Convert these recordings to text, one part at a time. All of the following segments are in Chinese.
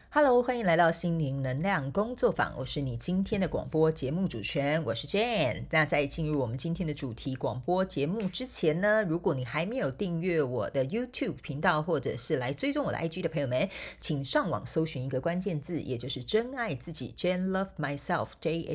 Hello，欢迎来到心灵能量工作坊，我是你今天的广播节目主持人，我是 Jane。那在进入我们今天的主题广播节目之前呢，如果你还没有订阅我的 YouTube 频道，或者是来追踪我的 IG 的朋友们，请上网搜寻一个关键字，也就是真爱自己 Jane Love Myself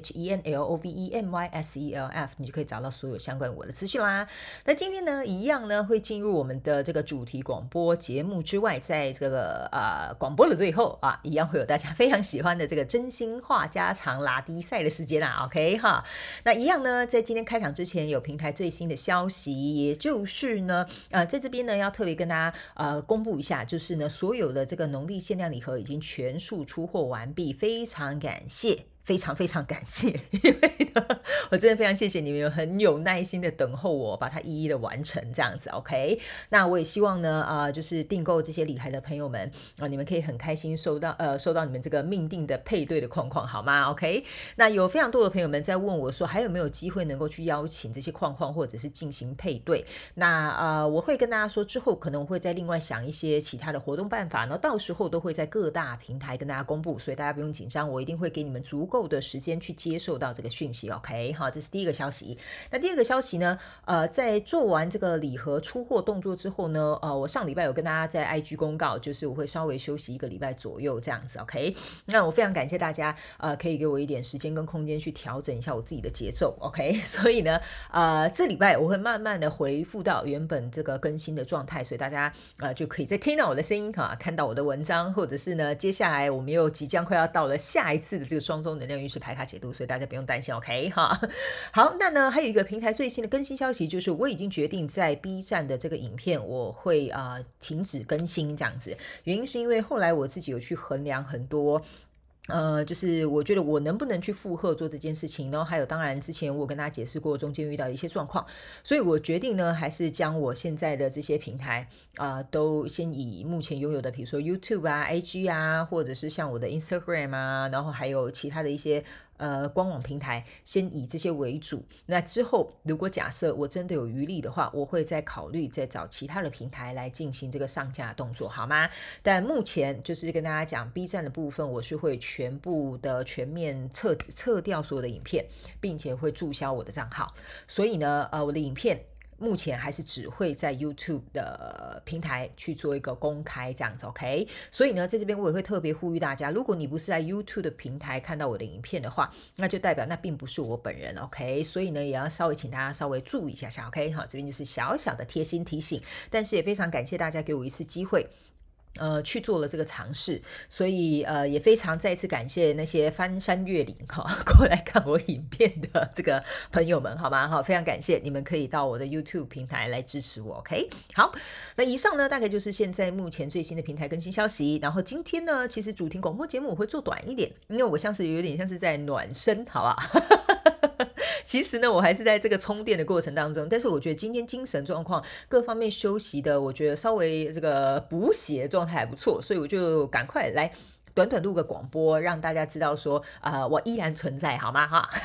JHENLOVEMYSELF， 你就可以找到所有相关我的资讯啦。那今天呢，一样呢会进入我们的这个主题广播节目之外，在这个广播的最后一样会有大家非常喜欢的这个真心话家常拉低赛的时间啦 ，OK 哈。那一样呢，在今天开场之前有平台最新的消息，也就是呢，在这边呢要特别跟大家公布一下，就是呢所有的这个农历限量礼盒已经全数出货完毕，非常感谢。非常非常感谢，因为呢，我真的非常谢谢你们很有耐心的等候我把它一一的完成这样子 ，OK？ 那我也希望呢，就是订购这些礼盒的朋友们你们可以很开心收到你们这个命定的配对的框框，好吗 ？OK？ 那有非常多的朋友们在问我说，还有没有机会能够去邀请这些框框或者是进行配对？那我会跟大家说，之后可能会再另外想一些其他的活动办法，然后到时候都会在各大平台跟大家公布，所以大家不用紧张，我一定会给你们足够的时间去接受到这个讯息 ，OK？ 好，这是第一个消息。那第二个消息呢？在做完这个礼盒出货动作之后呢，我上礼拜有跟大家在 IG 公告，就是我会稍微休息1个礼拜左右这样子 ，OK？ 那我非常感谢大家，可以给我一点时间跟空间去调整一下我自己的节奏 ，OK？ 所以呢，这礼拜我会慢慢的恢复到原本这个更新的状态，所以大家就可以再听到我的声音看到我的文章，或者是呢，接下来我们又即将快要到了下一次的这个双周能量运势牌卡解读，所以大家不用担心 ，OK 哈。好，那呢还有一个平台最新的更新消息，就是我已经决定在 B 站的这个影片我会停止更新这样子，原因是因为后来我自己有去衡量很多。就是我觉得我能不能去负荷做这件事情，然后还有当然之前我跟大家解释过中间遇到的一些状况，所以我决定呢还是将我现在的这些平台都先以目前拥有的比如说 YouTube 啊 IG 啊，或者是像我的 Instagram 啊，然后还有其他的一些官网平台先以这些为主，那之后如果假设我真的有余力的话，我会再考虑再找其他的平台来进行这个上架的动作，好吗？但目前就是跟大家讲 B 站的部分，我是会全部的全面撤掉所有的影片，并且会注销我的账号，所以呢我的影片目前还是只会在 YouTube 的平台去做一个公开这样子 OK， 所以呢在这边我也会特别呼吁大家，如果你不是在 YouTube 的平台看到我的影片的话，那就代表那并不是我本人 OK， 所以呢也要稍微请大家稍微注意一下下 OK， 好，这边就是小小的贴心提醒，但是也非常感谢大家给我一次机会去做了这个尝试，所以也非常再次感谢那些翻山越岭过来看我影片的这个朋友们，好吗？非常感谢你们可以到我的 YouTube 平台来支持我 OK。 好，那以上呢大概就是现在目前最新的平台更新消息，然后今天呢其实主题广播节目我会做短一点，因为我有点像是在暖身，好吧其实呢我还是在这个充电的过程当中，但是我觉得今天精神状况各方面休息的我觉得稍微这个补血状态还不错，所以我就赶快来短短录个广播，让大家知道说我依然存在，好吗哈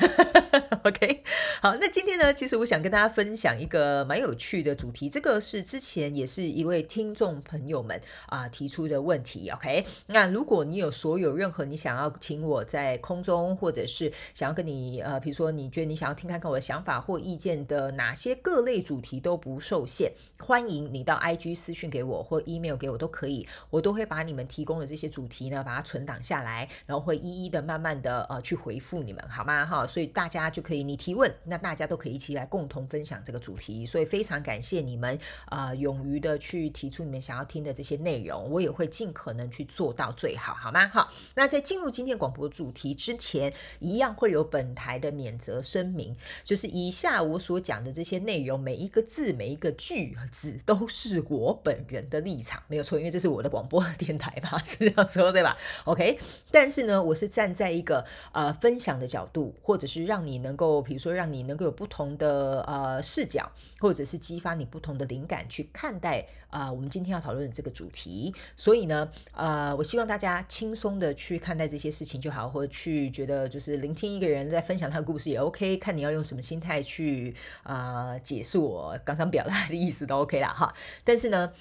OK， 好，那今天呢其实我想跟大家分享一个蛮有趣的主题，这个是之前也是一位听众朋友们提出的问题 OK， 那如果你有所有任何你想要请我在空中，或者是想要跟你比如说你觉得你想要听看看我的想法或意见的哪些各类主题都不受限，欢迎你到 IG 私讯给我或 email 给我都可以，我都会把你们提供的这些主题呢把它存档下来，然后会一一的慢慢的去回复你们，好吗哈？所以大家就可以你提问，那大家都可以一起来共同分享这个主题，所以非常感谢你们勇于的去提出你们想要听的这些内容，我也会尽可能去做到最好，好吗？好，那在进入今天广播主题之前，一样会有本台的免责声明，就是以下我所讲的这些内容，每一个字每一个句子都是我本人的立场，没有错，因为这是我的广播电台吧，是这样说对吧 OK， 但是呢我是站在一个分享的角度，或者是让你能够比如说让你能够有不同的视角，或者是激发你不同的灵感去看待我们今天要讨论的这个主题，所以呢我希望大家轻松的去看待这些事情就好，或者去觉得就是聆听一个人在分享他的故事也 OK， 看你要用什么心态去解释我刚刚表达的意思都 OK 啦哈。但是呢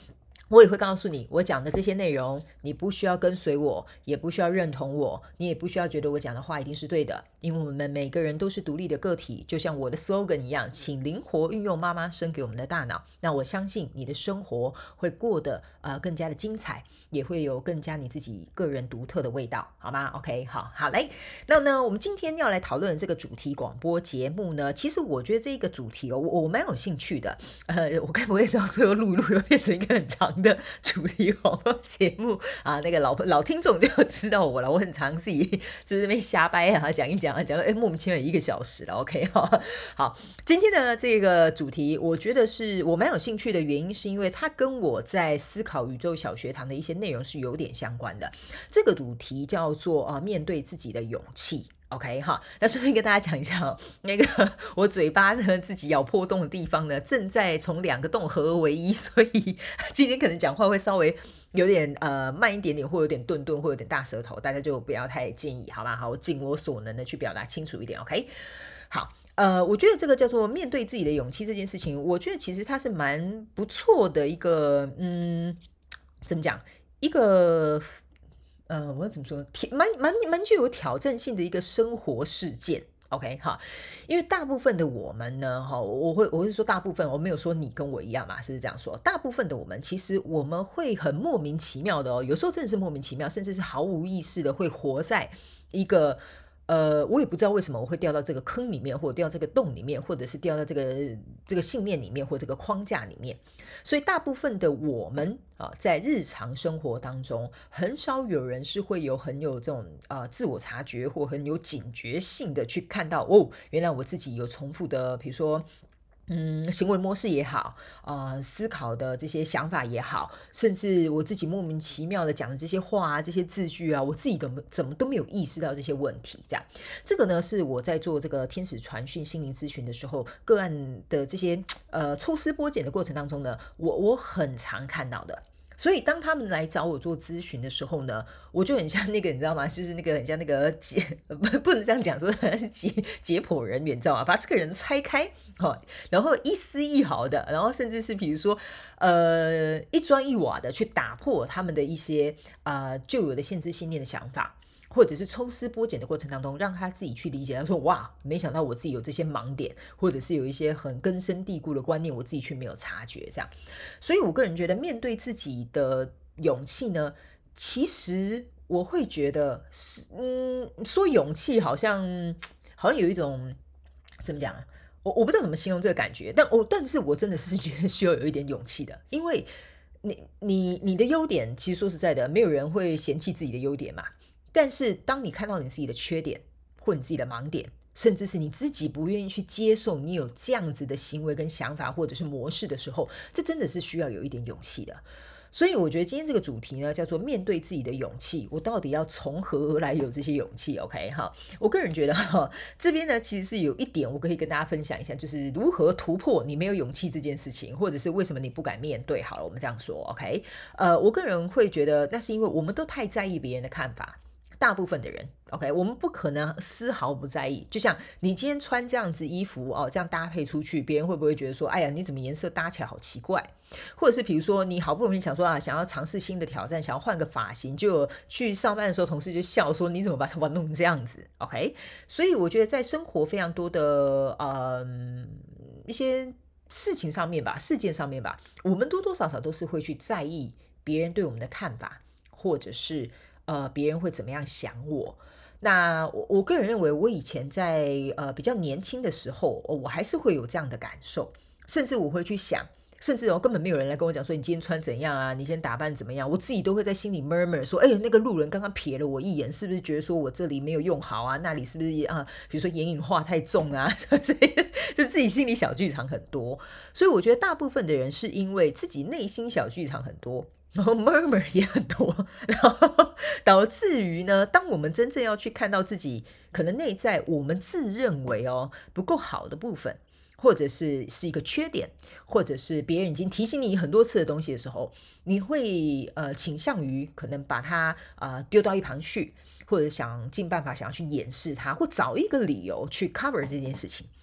我也会告诉你，我讲的这些内容，你不需要跟随我，也不需要认同我，你也不需要觉得我讲的话一定是对的，因为我们每个人都是独立的个体，就像我的 slogan 一样，请灵活运用妈妈生给我们的大脑。那我相信你的生活会过得更加的精彩，也会有更加你自己个人独特的味道，好吗 ？OK， 好嘞。那呢，我们今天要来讨论这个主题广播节目呢，其实我觉得这个主题我蛮有兴趣的。我该不会到最后录又变成一个很长的主题广播节目啊？那个老听众就知道我了，我很常自己就是那边瞎掰啊，讲一讲啊，讲到莫名其妙1个小时了。OK， 好，今天的这个主题，我觉得是我蛮有兴趣的原因，是因为它跟我在思考宇宙小学堂的一些内容是有点相关的。这个主题叫做面对自己的勇气。OK 哈，那顺便跟大家讲一下那个我嘴巴呢自己咬破洞的地方呢，正在从2个洞合而为一，所以今天可能讲话会稍微有点慢一点点，或有点顿顿，或有点大舌头，大家就不要太介意，好吧？好，我尽我所能的去表达清楚一点 ，OK？ 好。我觉得这个叫做面对自己的勇气这件事情，我觉得其实它是蛮不错的一个，怎么讲？一个我怎么说？蛮具有挑战性的一个生活事件。OK 哈，因为大部分的我们呢，我是说大部分，我没有说你跟我一样嘛，是不是这样说？大部分的我们其实我们会很莫名其妙的有时候真的是莫名其妙，甚至是毫无意识的会活在一个我也不知道为什么我会掉到这个坑里面，或者掉到这个洞里面，或者是掉到这个信念里面，或者这个框架里面。所以大部分的我们在日常生活当中，很少有人是会很有这种自我察觉或很有警觉性的去看到原来我自己有重复的，比如说行为模式也好，思考的这些想法也好，甚至我自己莫名其妙的讲的这些话啊，这些字句啊，我自己怎么都没有意识到这些问题。这个呢是我在做这个天使传讯心灵咨询的时候，个案的这些抽丝剥茧的过程当中呢，我很常看到的。所以当他们来找我做咨询的时候呢，我就很像那个你知道吗，就是那个很像那个不能这样讲，说是解剖人员，你知道吗？把这个人拆开然后一丝一毫的，然后甚至是比如说一砖一瓦的去打破他们的一些旧有的限制信念的想法，或者是抽丝剥茧的过程当中，让他自己去理解，他说哇，没想到我自己有这些盲点，或者是有一些很根深蒂固的观念，我自己却没有察觉这样。所以我个人觉得面对自己的勇气呢，其实我会觉得是说勇气好像有一种怎么讲我不知道怎么形容这个感觉，但是我真的是觉得需要有一点勇气的，因为你的优点，其实说实在的，没有人会嫌弃自己的优点嘛。但是当你看到你自己的缺点，或你自己的盲点，甚至是你自己不愿意去接受你有这样子的行为跟想法或者是模式的时候，这真的是需要有一点勇气的。所以我觉得今天这个主题呢，叫做面对自己的勇气，我到底要从何而来有这些勇气 ？OK 哈，我个人觉得这边呢其实是有一点我可以跟大家分享一下，就是如何突破你没有勇气这件事情，或者是为什么你不敢面对。好了，我们这样说 OK，我个人会觉得那是因为我们都太在意别人的看法。大部分的人 OK， 我们不可能丝毫不在意。就像你今天穿这样子衣服这样搭配出去，别人会不会觉得说，哎呀，你怎么颜色搭起来好奇怪？或者是比如说你好不容易想说想要尝试新的挑战，想要换个发型，就去上班的时候，同事就笑说你怎么把头发弄成这样子 ？OK， 所以我觉得在生活非常多的一些事情上面吧，事件上面吧，我们多多少少都是会去在意别人对我们的看法，或者是别人会怎么样想我。那我个人认为，我以前在比较年轻的时候，我还是会有这样的感受，甚至我会去想，甚至根本没有人来跟我讲说你今天穿怎样啊，你今天打扮怎么样，我自己都会在心里 murmur 说，哎，那个路人刚刚瞥了我一眼，是不是觉得说我这里没有用好啊？那里是不是比如说眼影画太重啊？就自己心里小剧场很多。所以我觉得大部分的人是因为自己内心小剧场很多，然后 murmur 也很多，然后导致于呢，当我们真正要去看到自己可能内在我们自认为不够好的部分，或者是一个缺点，或者是别人已经提醒你很多次的东西的时候，你会倾向于可能把它丢到一旁去，或者想尽办法想要去掩饰它，或找一个理由去 cover 这件事情。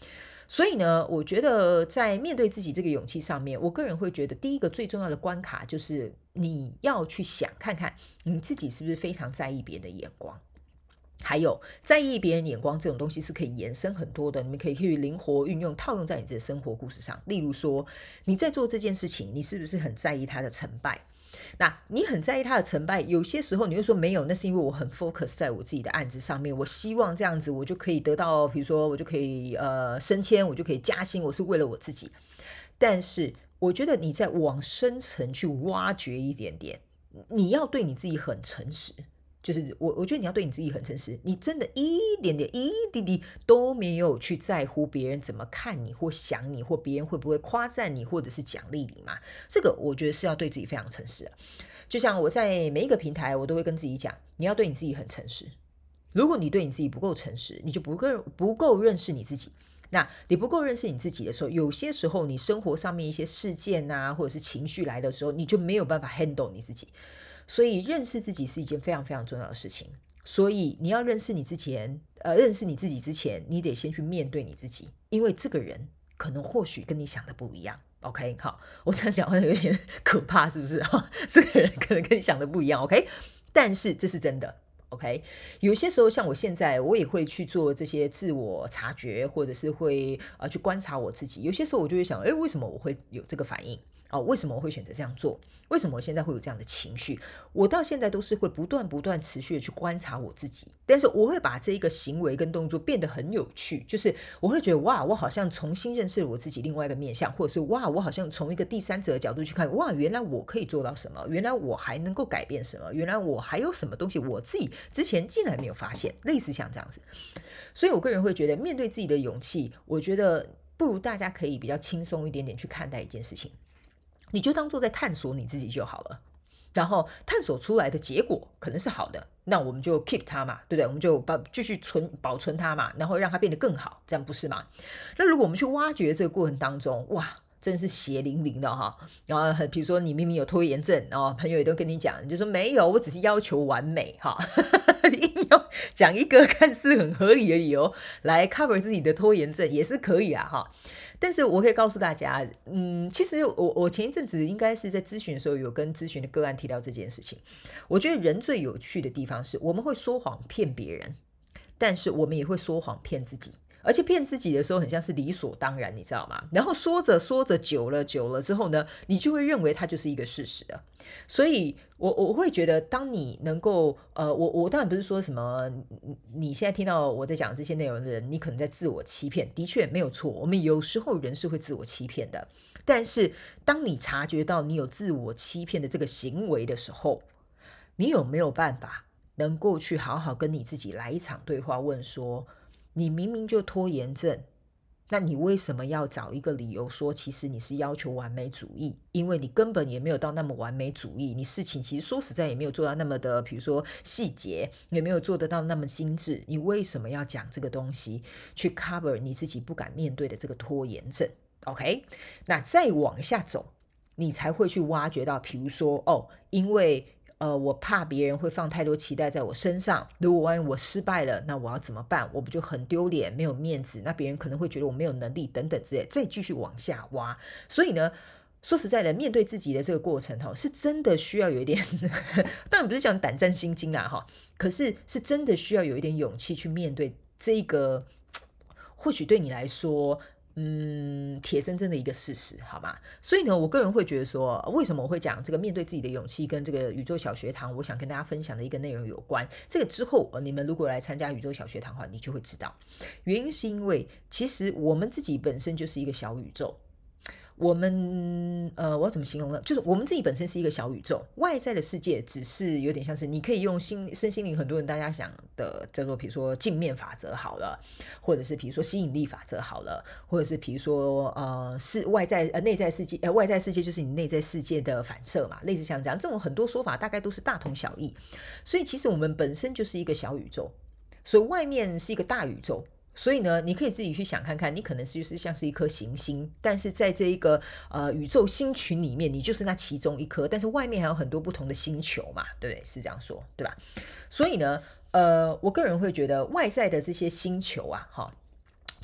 所以呢，我觉得在面对自己这个勇气上面，我个人会觉得第一个最重要的关卡就是你要去想看看你自己是不是非常在意别人的眼光。还有在意别人眼光这种东西是可以延伸很多的，你们可以去灵活运用套用在你自己的生活故事上。例如说你在做这件事情，你是不是很在意他的成败？那你很在意他的成败，有些时候你会说没有，那是因为我很 focus 在我自己的案子上面，我希望这样子我就可以得到，比如说我就可以升迁，我就可以加薪，我是为了我自己。但是我觉得你在往深层去挖掘一点点，你要对你自己很诚实。就是我觉得你要对你自己很诚实，你真的一点点都没有去在乎别人怎么看你或想你，或别人会不会夸赞你或者是奖励你嘛？这个我觉得是要对自己非常诚实的。就像我在每一个平台，我都会跟自己讲，你要对你自己很诚实。如果你对你自己不够诚实，你就不够认识你自己。那你不够认识你自己的时候，有些时候你生活上面一些事件啊，或者是情绪来的时候，你就没有办法 handle 你自己。所以认识自己是一件非常非常重要的事情。所以你要认识你自己之前，你得先去面对你自己，因为这个人可能或许跟你想的不一样。OK， 好，我这样讲话有点可怕，是不是？这个人可能跟你想的不一样。OK， 但是这是真的。OK， 有些时候像我现在，我也会去做这些自我察觉，或者是会去观察我自己。有些时候我就会想，为什么我会有这个反应？为什么我会选择这样做？为什么我现在会有这样的情绪？我到现在都是会不断持续的去观察我自己，但是我会把这一个行为跟动作变得很有趣，就是我会觉得哇，我好像重新认识了我自己另外一个面向，或者是哇，我好像从一个第三者的角度去看，哇，原来我可以做到什么，原来我还能够改变什么，原来我还有什么东西我自己之前竟然没有发现，类似像这样子。所以我个人会觉得面对自己的勇气，我觉得不如大家可以比较轻松一点点去看待一件事情，你就当做在探索你自己就好了，然后探索出来的结果可能是好的，那我们就 keep 它嘛，对不对？我们就继续保存它嘛，然后让它变得更好，这样不是吗？那如果我们去挖掘这个过程当中，哇，真是血淋淋的哈。然后比如说你明明有拖延症，然后朋友也都跟你讲，你就说没有，我只是要求完美哈。硬要讲一个看似很合理的理由来 cover 自己的拖延症也是可以啊哈。但是我可以告诉大家，其实我前一阵子应该是在咨询的时候有跟咨询的个案提到这件事情。我觉得人最有趣的地方是我们会说谎骗别人，但是我们也会说谎骗自己。而且骗自己的时候很像是理所当然，你知道吗？然后说着说着久了之后呢，你就会认为它就是一个事实了。所以我会觉得当你能够我当然不是说什么你现在听到我在讲这些内容的人你可能在自我欺骗，的确没有错，我们有时候人是会自我欺骗的。但是当你察觉到你有自我欺骗的这个行为的时候，你有没有办法能够去好好跟你自己来一场对话，问说你明明就拖延症，那你为什么要找一个理由说其实你是要求完美主义？因为你根本也没有到那么完美主义，你事情其实说实在也没有做到那么的比如说细节，也没有做得到那么精致，你为什么要讲这个东西去 cover 你自己不敢面对的这个拖延症？ OK， 那再往下走你才会去挖掘到比如说因为我怕别人会放太多期待在我身上，如果万一我失败了，那我要怎么办？我不就很丢脸没有面子，那别人可能会觉得我没有能力等等之类，再继续往下挖。所以呢说实在的，面对自己的这个过程是真的需要有一点当然不是讲胆战心惊啦，可是是真的需要有一点勇气去面对这个或许对你来说铁铮铮的一个事实，好吗？所以呢，我个人会觉得说，为什么我会讲这个面对自己的勇气跟这个宇宙小学堂，我想跟大家分享的一个内容有关。这个之后，你们如果来参加宇宙小学堂的话，你就会知道，原因是因为其实我们自己本身就是一个小宇宙。我们我要怎么形容呢？就是我们自己本身是一个小宇宙，外在的世界只是有点像是你可以用身心灵很多人大家想的叫做比如说镜面法则好了，或者是比如说吸引力法则好了，或者是比如说是内在世界外在世界就是你内在世界的反射嘛，类似像这样，这种很多说法大概都是大同小异。所以其实我们本身就是一个小宇宙，所以外面是一个大宇宙。所以呢，你可以自己去想看看，你可能就是像是一颗行星，但是在这一个宇宙星群里面，你就是那其中一颗，但是外面还有很多不同的星球嘛，对不对？是这样说，对吧？所以呢，我个人会觉得外在的这些星球啊，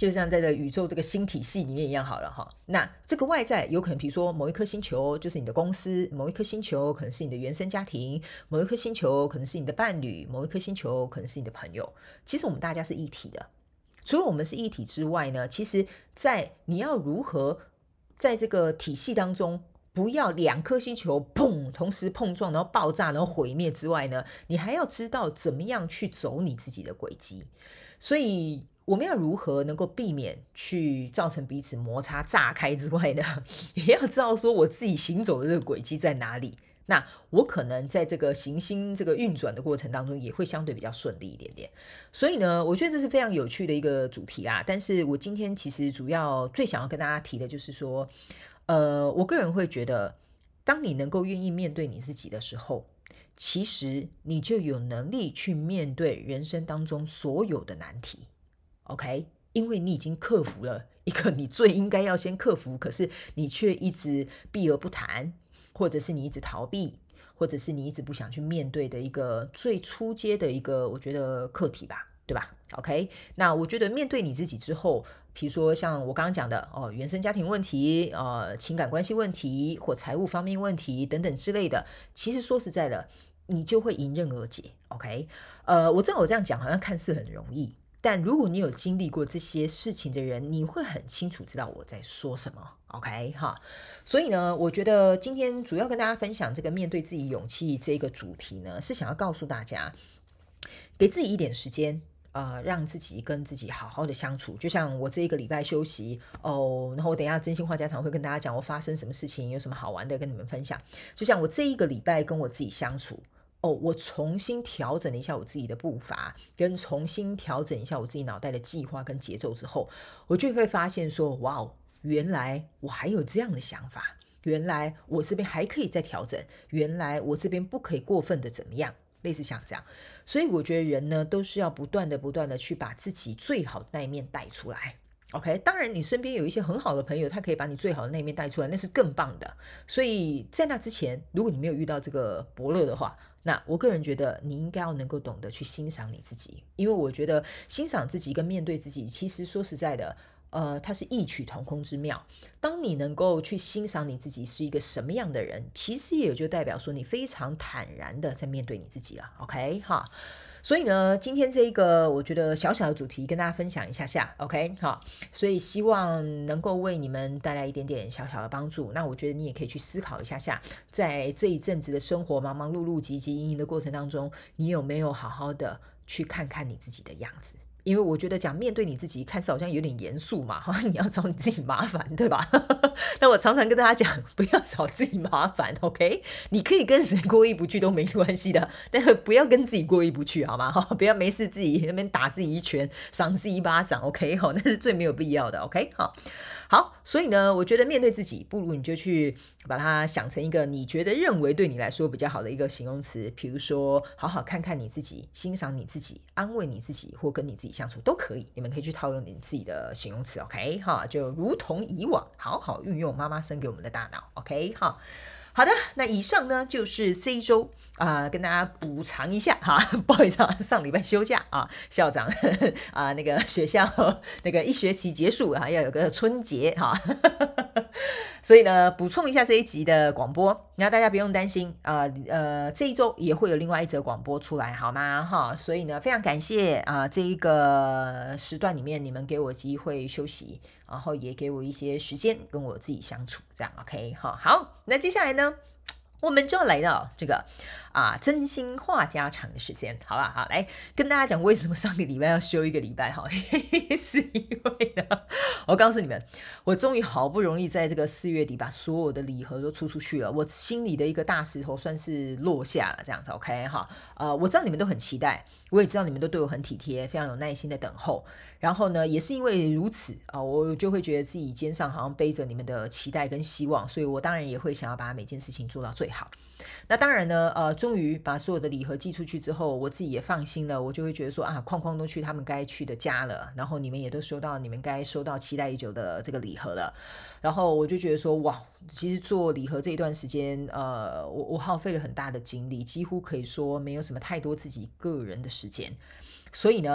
就像在这个宇宙这个星体系里面一样好了哈。那这个外在有可能比如说某一颗星球就是你的公司，某一颗星球可能是你的原生家庭，某一颗星球可能是你的伴侣，某一颗星球可能是你的朋友。其实我们大家是一体的，除了我们是一体之外呢，其实在你要如何在这个体系当中不要两颗星球砰同时碰撞，然后爆炸，然后毁灭之外呢，你还要知道怎么样去走你自己的轨迹。所以我们要如何能够避免去造成彼此摩擦炸开之外呢，也要知道说我自己行走的这个轨迹在哪里。那我可能在这个行星这个运转的过程当中也会相对比较顺利一点点。所以呢，我觉得这是非常有趣的一个主题啦。但是我今天其实主要最想要跟大家提的就是说，我个人会觉得，当你能够愿意面对你自己的时候，其实你就有能力去面对人生当中所有的难题。OK， 因为你已经克服了一个你最应该要先克服，可是你却一直避而不谈，或者是你一直逃避，或者是你一直不想去面对的一个最初阶的一个我觉得课题吧，对吧 ？OK， 那我觉得面对你自己之后，比如说像我刚刚讲的原生家庭问题、情感关系问题或财务方面问题等等之类的，其实说实在的，你就会迎刃而解。OK，我知道我这样讲好像看似很容易。但如果你有经历过这些事情的人，你会很清楚知道我在说什么 OK 哈。所以呢，我觉得今天主要跟大家分享这个面对自己勇气这个主题呢，是想要告诉大家，给自己一点时间让自己跟自己好好的相处。就像我这一个礼拜休息然后我等一下真心话家常会跟大家讲我发生什么事情，有什么好玩的跟你们分享。就像我这一个礼拜跟我自己相处我重新调整了一下我自己的步伐，跟重新调整一下我自己脑袋的计划跟节奏之后，我就会发现说，哇，原来我还有这样的想法，原来我这边还可以再调整，原来我这边不可以过分的怎么样，类似像这样。所以我觉得人呢，都是要不断的去把自己最好的那一面带出来。OK， 当然你身边有一些很好的朋友，他可以把你最好的那一面带出来，那是更棒的。所以在那之前，如果你没有遇到这个伯乐的话，那我个人觉得你应该要能够懂得去欣赏你自己，因为我觉得欣赏自己跟面对自己，其实说实在的，它是异曲同工之妙。当你能够去欣赏你自己是一个什么样的人，其实也就代表说你非常坦然的在面对你自己了。OK 哈。所以呢，今天这一个我觉得小小的主题跟大家分享一下下 OK 好，所以希望能够为你们带来一点点小小的帮助。那我觉得你也可以去思考一下下，在这一阵子的生活忙忙碌碌汲汲营营的过程当中，你有没有好好的去看看你自己的样子。因为我觉得讲面对你自己看似好像有点严肃嘛，好像你要找你自己麻烦，对吧？那我常常跟大家讲，不要找自己麻烦 OK， 你可以跟谁过意不去都没关系的，但是不要跟自己过意不去好吗？不要没事自己那边打自己一拳，赏自己一巴掌 OK， 那是最没有必要的 OK。 好，所以呢，我觉得面对自己，不如你就去把它想成一个你觉得认为对你来说比较好的一个形容词，比如说好好看看你自己，欣赏你自己，安慰你自己，或跟你自己相处都可以。你们可以去套用你自己的形容词 OK 就如同以往好好运用妈妈生给我们的大脑 OK 好的，那以上呢就是这一周跟大家补偿一下不好意思上礼拜休假校长那个学校那个一学期结束要有个春节所以呢补充一下这一集的广播，那大家不用担心这一周也会有另外一则广播出来好吗所以呢非常感谢这一个时段里面你们给我机会休息，然后也给我一些时间跟我自己相处，这样 OK 好，那接下来呢我们就要来到这个真心话家常的时间，好吧？好，来跟大家讲为什么上个礼拜要休一个礼拜是因为呢，我告诉你们，我终于好不容易在这个4月底把所有的礼盒都出去了，我心里的一个大石头算是落下了，这样子 OK 我知道你们都很期待，我也知道你们都对我很体贴，非常有耐心的等候。然后呢，也是因为如此我就会觉得自己肩上好像背着你们的期待跟希望，所以我当然也会想要把每件事情做到最好。那当然呢，终于把所有的礼盒寄出去之后，我自己也放心了，我就会觉得说框框都去他们该去的家了，然后你们也都收到你们该收到期待已久的这个礼盒了，然后我就觉得说哇，其实做礼盒这一段时间我耗费了很大的精力，几乎可以说没有什么太多自己个人的时间，所以呢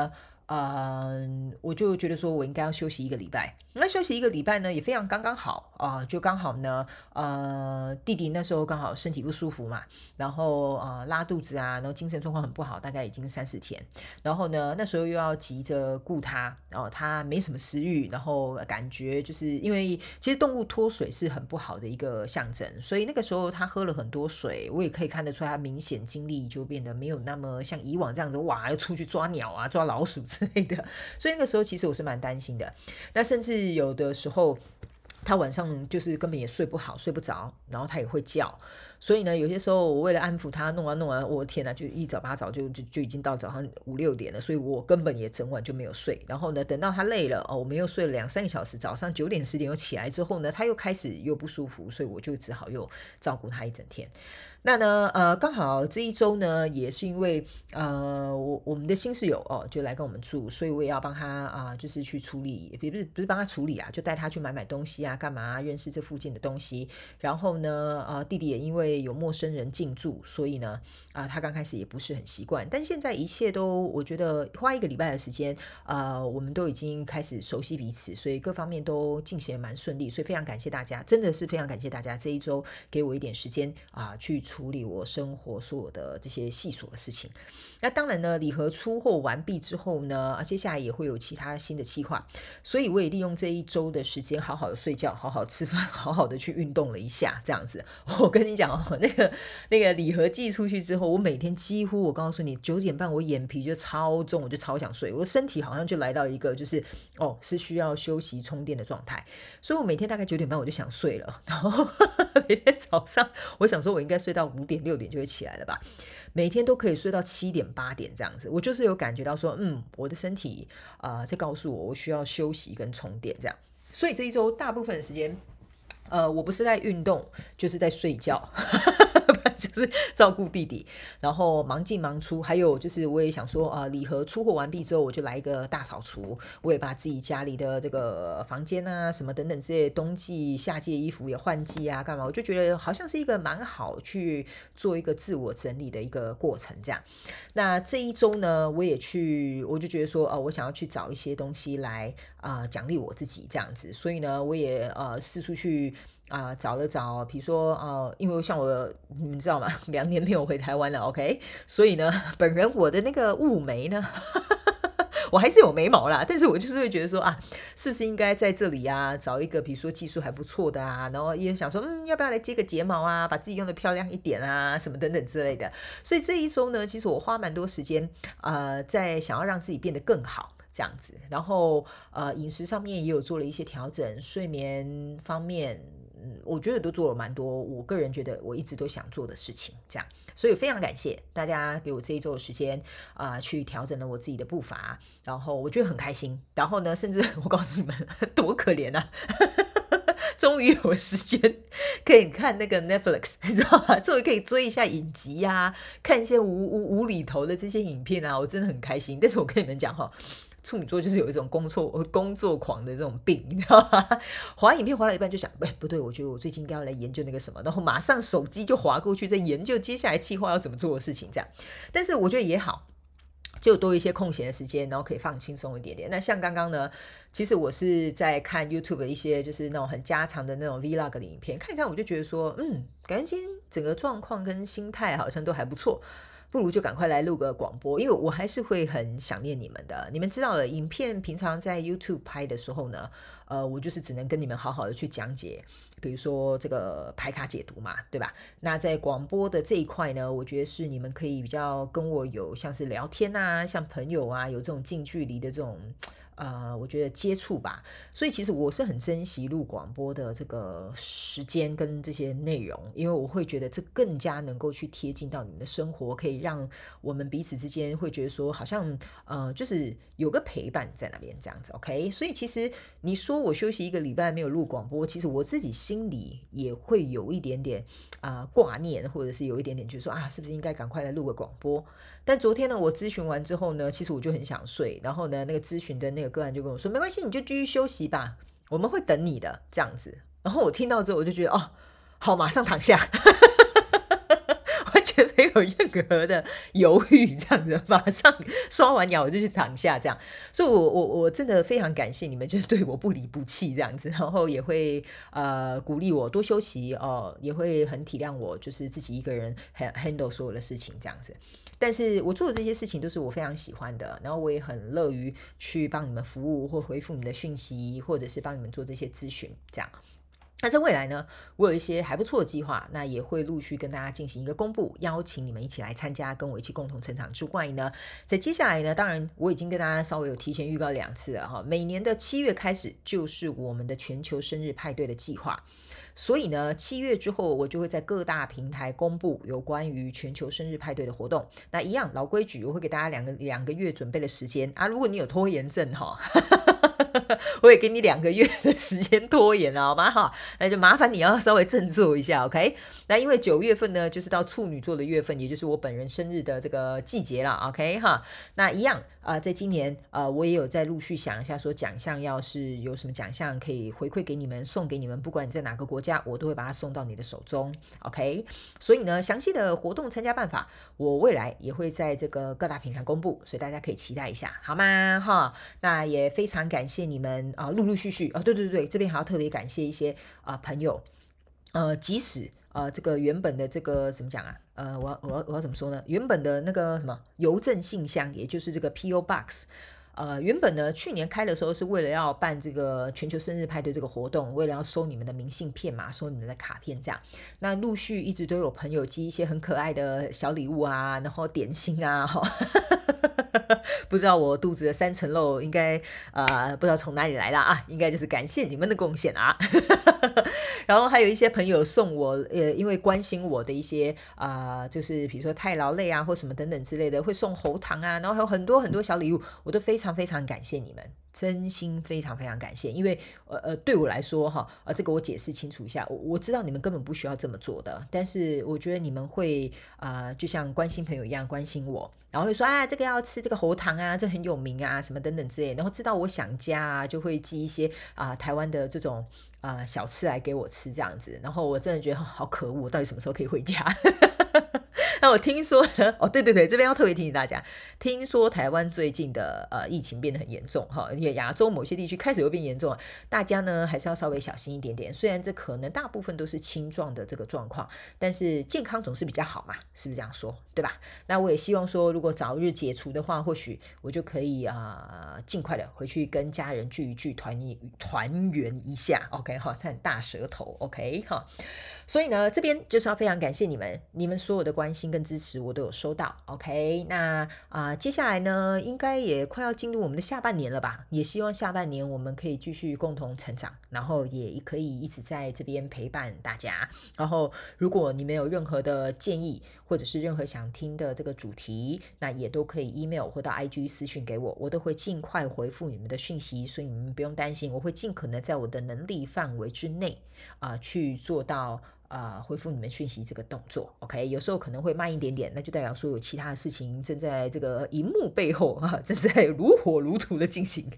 我就觉得说我应该要休息一个礼拜。那休息一个礼拜呢，也非常刚刚好就刚好呢，弟弟那时候刚好身体不舒服嘛，然后拉肚子啊，然后精神状况很不好，大概已经3-4天。然后呢，那时候又要急着顾他，然后他没什么食欲，然后感觉就是因为其实动物脱水是很不好的一个象征，所以那个时候他喝了很多水，我也可以看得出来他明显精力就变得没有那么像以往这样子，哇，要出去抓鸟啊，抓老鼠之类的。所以那个时候其实我是蛮担心的。那甚至有的时候他晚上就是根本也睡不好，睡不着，然后他也会叫。所以呢，有些时候我为了安抚他，弄完，我的天哪，就一早八早就已经到早上5-6点了，所以我根本也整晚就没有睡。然后呢，等到他累了我们又睡了2-3个小时，早上9点10点又起来之后呢，他又开始又不舒服，所以我就只好又照顾他一整天。那呢，刚好这一周呢，也是因为我们的新室友就来跟我们住，所以我也要帮他就是去处理，不是帮他处理啊，就带他去买东西啊，干嘛啊，认识这附近的东西。然后呢，弟弟也因为有陌生人进驻，所以呢，他刚开始也不是很习惯，但现在一切都，我觉得花1个礼拜的时间，我们都已经开始熟悉彼此，所以各方面都进行得蛮顺利，所以非常感谢大家，真的是非常感谢大家这一周给我一点时间去处理我生活所有的这些细琐的事情。那当然呢，礼盒出货完毕之后呢，接下来也会有其他新的计划，所以我也利用这一周的时间，好好的睡觉，好好吃饭，好好的去运动了一下，这样子。我跟你讲那个礼盒寄出去之后，我每天几乎，我告诉你9点半我眼皮就超重，我就超想睡，我的身体好像就来到一个就是是需要休息充电的状态，所以我每天大概9点半我就想睡了，然后每天早上我想说我应该睡到5点6点就会起来了吧，每天都可以睡到7点8点这样子，我就是有感觉到说我的身体在告诉我需要休息跟充电这样。所以这一周大部分的时间我不是在运动就是在睡觉就是照顾弟弟，然后忙进忙出。还有就是我也想说礼盒出货完毕之后我就来一个大扫除，我也把自己家里的这个房间啊什么等等这些冬季夏季的衣服也换季啊干嘛，我就觉得好像是一个蛮好去做一个自我整理的一个过程这样。那这一周呢，我就觉得说我想要去找一些东西来奖励我自己这样子，所以呢我也四处去找了找，比如说因为像你们知道吗，2年没有回台湾了 OK， 所以呢本人我的那个雾眉呢我还是有眉毛啦，但是我就是会觉得说是不是应该在这里找一个比如说技术还不错的然后也想说要不要来接个睫毛把自己用的漂亮一点什么等等之类的。所以这一周呢，其实我花蛮多时间在想要让自己变得更好这样子，然后饮食上面也有做了一些调整，睡眠方面我觉得都做了蛮多我个人觉得我一直都想做的事情这样。所以非常感谢大家给我这一周的时间去调整了我自己的步伐，然后我觉得很开心。然后呢，甚至我告诉你们多可怜终于有时间可以看那个 Netflix 你知道吗，终于可以追一下影集看一些无厘头的这些影片我真的很开心。但是我跟你们讲处女座就是有一种工作狂的这种病，你知道吗？滑影片滑到一半就想，不对，我觉得我最近应该要来研究那个什么，然后马上手机就滑过去，在研究接下来计划要怎么做的事情，这样。但是我觉得也好，就多一些空闲的时间，然后可以放轻松一点点。那像刚刚呢，其实我是在看 YouTube 的一些就是那种很家常的那种 Vlog 的影片，看一看我就觉得说，感觉今天整个状况跟心态好像都还不错。不如就赶快来录个广播，因为我还是会很想念你们的。你们知道了，影片平常在 YouTube 拍的时候呢，我就是只能跟你们好好的去讲解，比如说这个牌卡解读嘛，对吧？那在广播的这一块呢，我觉得是你们可以比较跟我有像是聊天像朋友有这种近距离的这种我觉得接触吧。所以其实我是很珍惜录广播的这个时间跟这些内容，因为我会觉得这更加能够去贴近到你们的生活，可以让我们彼此之间会觉得说好像就是有个陪伴在那边这样子 OK。 所以其实你说我休息1个礼拜没有录广播，其实我自己心里也会有一点点挂念，或者是有一点点觉得说是不是应该赶快来录个广播。但昨天呢，我咨询完之后呢，其实我就很想睡，然后呢那个咨询的那个个案就跟我说，没关系，你就继续休息吧，我们会等你的这样子。然后我听到之后我就觉得好，马上躺下我全没有任何的犹豫，这样子马上刷完牙我就去躺下这样。所以我真的非常感谢你们，就是对我不离不弃这样子，然后也会鼓励我多休息也会很体谅我，就是自己一个人handle 所有的事情这样子。但是我做的这些事情都是我非常喜欢的，然后我也很乐于去帮你们服务或回复你们的讯息，或者是帮你们做这些咨询这样。那在未来呢，我有一些还不错的计划，那也会陆续跟大家进行一个公布，邀请你们一起来参加，跟我一起共同成长之外呢，在接下来呢，当然我已经跟大家稍微有提前预告2次了哈，每年的7月开始就是我们的全球生日派对的计划。所以呢，7月之后我就会在各大平台公布有关于全球生日派对的活动。那一样老规矩，我会给大家两个月准备的时间啊。如果你有拖延症哈，我也给你2个月的时间拖延了，好吗？哈，那就麻烦你要稍微振作一下 ，OK？ 那因为9月份呢，就是到处女座的月份，也就是我本人生日的这个季节了 ，OK？ 哈，那一样在今年我也有在陆续想一下，说奖项要是有什么奖项可以回馈给你们，送给你们，不管你在哪个国家，我都会把它送到你的手中 ，OK？ 所以呢，详细的活动参加办法，我未来也会在这个各大平台公布，所以大家可以期待一下，好吗？哈，那也非常感谢你们陆陆续续对，这边还要特别感谢一些朋友，即使这个原本的这个怎么讲啊？我要怎么说呢？原本的那个什么邮政信箱，也就是这个 PO Box。原本呢，去年开的时候是为了要办这个全球生日派对这个活动，为了要收你们的明信片嘛，收你们的卡片这样。那陆续一直都有朋友寄一些很可爱的小礼物啊，然后点心啊，不知道我肚子的3层肉应该不知道从哪里来的啊，应该就是感谢你们的贡献啊。然后还有一些朋友送我因为关心我的一些就是比如说太劳累啊或什么等等之类的，会送喉糖啊，然后还有很多很多小礼物，我都非常非常感谢你们，真心非常非常感谢。因为对我来说这个我解释清楚一下，我知道你们根本不需要这么做的，但是我觉得你们会就像关心朋友一样关心我，然后会说这个要吃这个喉糖啊，这很有名啊什么等等之类的，然后知道我想家啊，就会寄一些台湾的这种小吃来给我吃这样子。然后我真的觉得好可恶，到底什么时候可以回家？那我听说呢，对，这边要特别提醒大家，听说台湾最近的疫情变得很严重哈，也亚洲某些地区开始又变严重了，大家呢还是要稍微小心一点点。虽然这可能大部分都是轻状的这个状况，但是健康总是比较好嘛，是不是这样说？对吧？那我也希望说，如果早日解除的话，或许我就可以尽快的回去跟家人聚一聚，团圆一下 ，OK 哈，这很大舌头 ，OK 哈。所以呢，这边就是要非常感谢你们所有的关心跟支持，我都有收到 ，OK？ 那接下来呢，应该也快要进入我们的下半年了吧？也希望下半年我们可以继续共同成长，然后也可以一直在这边陪伴大家。然后，如果你们有任何的建议，或者是任何想听的这个主题，那也都可以 email 或到 IG 私讯给我，我都会尽快回复你们的讯息，所以你们不用担心，我会尽可能在我的能力范围之内去做到回复你们讯息这个动作 ，OK？ 有时候可能会慢一点点，那就代表说有其他的事情正在这个荧幕背后正在如火如荼的进行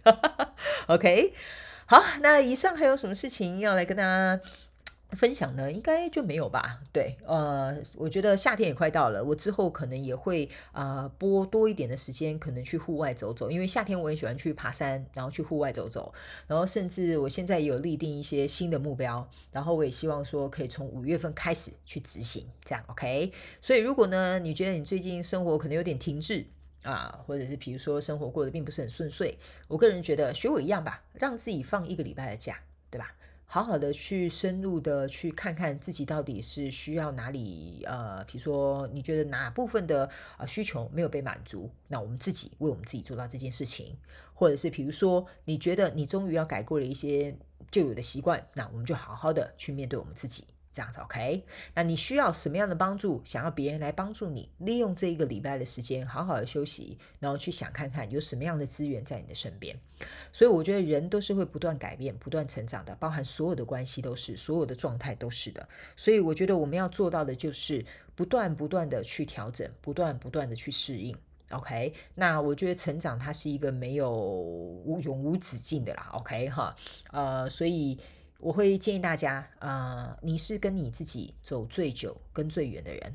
，OK？ 好，那以上还有什么事情要来跟大家分享呢？应该就没有吧。对，我觉得夏天也快到了，我之后可能也会拨多一点的时间，可能去户外走走，因为夏天我也喜欢去爬山，然后去户外走走，然后甚至我现在也有立定一些新的目标，然后我也希望说可以从5月份开始去执行，这样 OK？ 所以如果呢，你觉得你最近生活可能有点停滞或者是比如说生活过得并不是很顺遂，我个人觉得学我一样吧，让自己放1个礼拜的假，对吧？好好的去深入的去看看自己到底是需要哪里比如说你觉得哪部分的需求没有被满足，那我们自己为我们自己做到这件事情。或者是比如说你觉得你终于要改过了一些旧有的习惯，那我们就好好的去面对我们自己，这样子 OK？ 那你需要什么样的帮助，想要别人来帮助你，利用这1个礼拜的时间好好的休息，然后去想看看有什么样的资源在你的身边。所以我觉得人都是会不断改变不断成长的，包含所有的关系都是，所有的状态都是的。所以我觉得我们要做到的就是不断的去调整，不断的去适应。OK， 那我觉得成长它是一个没有永无止境的啦 OK 哈，所以我会建议大家你是跟你自己走最久跟最远的人，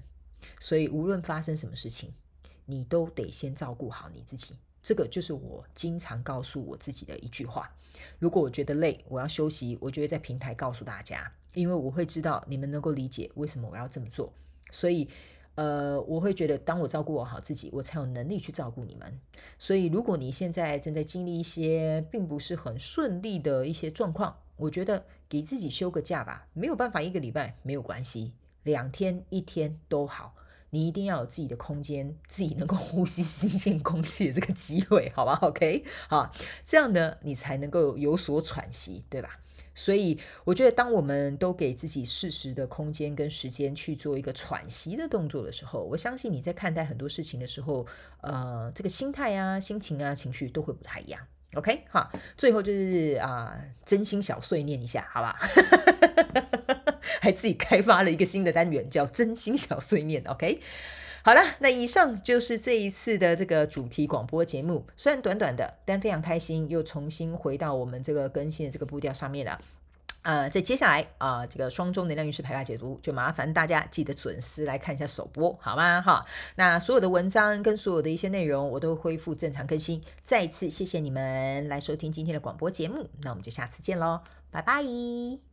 所以无论发生什么事情，你都得先照顾好你自己。这个就是我经常告诉我自己的一句话。如果我觉得累，我要休息，我就会在平台告诉大家，因为我会知道你们能够理解为什么我要这么做。所以我会觉得当我照顾好自己，我才有能力去照顾你们。所以如果你现在正在经历一些并不是很顺利的一些状况，我觉得给自己休个假吧，没有办法1个礼拜没有关系，2天1天都好，你一定要有自己的空间，自己能够呼吸新鲜空气的这个机会，好吧 ？OK， 好，这样呢，你才能够有所喘息，对吧？所以我觉得，当我们都给自己适时的空间跟时间去做一个喘息的动作的时候，我相信你在看待很多事情的时候，这个心态啊、心情啊、情绪都会不太一样。OK， 好，最后就是真心小碎念一下，好吧？还自己开发了一个新的单元，叫真心小碎念。OK。好了，那以上就是这一次的这个主题广播节目，虽然短短的，但非常开心，又重新回到我们这个更新的这个步调上面了。在接下来这个双周能量运势牌卡解读，就麻烦大家记得准时来看一下首播，好吗？哈，那所有的文章跟所有的一些内容，我都会恢复正常更新。再次谢谢你们来收听今天的广播节目，那我们就下次见喽，拜拜。